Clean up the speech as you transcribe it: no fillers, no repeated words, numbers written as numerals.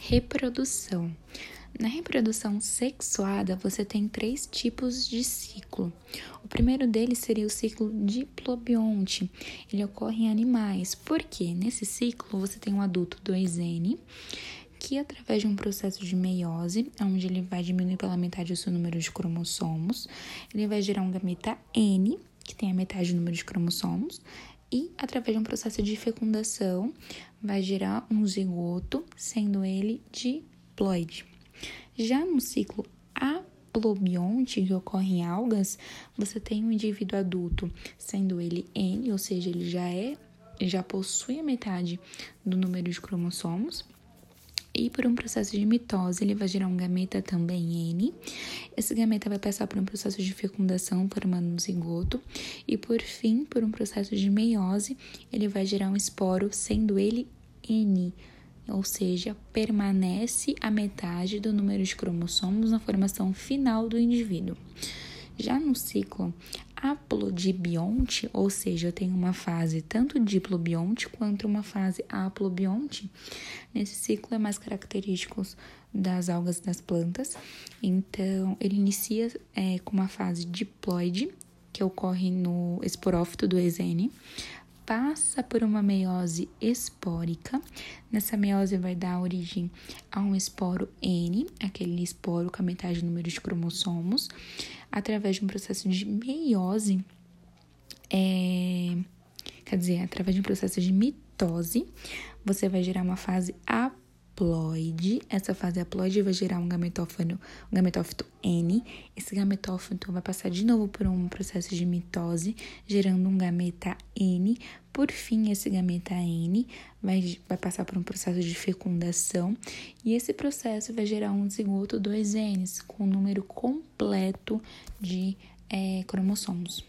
Reprodução. Na reprodução sexuada, você tem 3 tipos de ciclo. O primeiro deles seria o ciclo diplobionte. Ele ocorre em animais. Por quê? Nesse ciclo, você tem um adulto 2N, que através de um processo de meiose, onde ele vai diminuir pela metade o seu número de cromossomos, ele vai gerar um gameta N, que tem a metade do número de cromossomos, e através de um processo de fecundação, vai gerar um zigoto, sendo ele diploide. Já no ciclo aplobionte, que ocorre em algas, você tem um indivíduo adulto, sendo ele N, ou seja, ele já possui a metade do número de cromossomos, e por um processo de mitose, ele vai gerar um gameta também N. Esse gameta vai passar por um processo de fecundação, formando um zigoto. E por fim, por um processo de meiose, ele vai gerar um esporo, sendo ele N. Ou seja, permanece a metade do número de cromossomos na formação final do indivíduo. Já no ciclo aplodibionte, ou seja, eu tenho uma fase tanto diplobionte quanto uma fase aplobionte, nesse ciclo é mais característico das algas e das plantas. Então, ele inicia com uma fase diploide, que ocorre no esporófito do exene, passa por uma meiose espórica. Nessa meiose vai dar origem a um esporo N, aquele esporo com a metade do número de cromossomos. Através de um processo de meiose, através de um processo de mitose, você vai gerar uma fase haploide. Essa fase haploide vai gerar um gametófito N. Esse gametófito vai passar de novo por um processo de mitose, gerando um gameta N. Por fim, esse gameta N vai passar por um processo de fecundação, e esse processo vai gerar um zigoto 2Ns, com o número completo de cromossomos.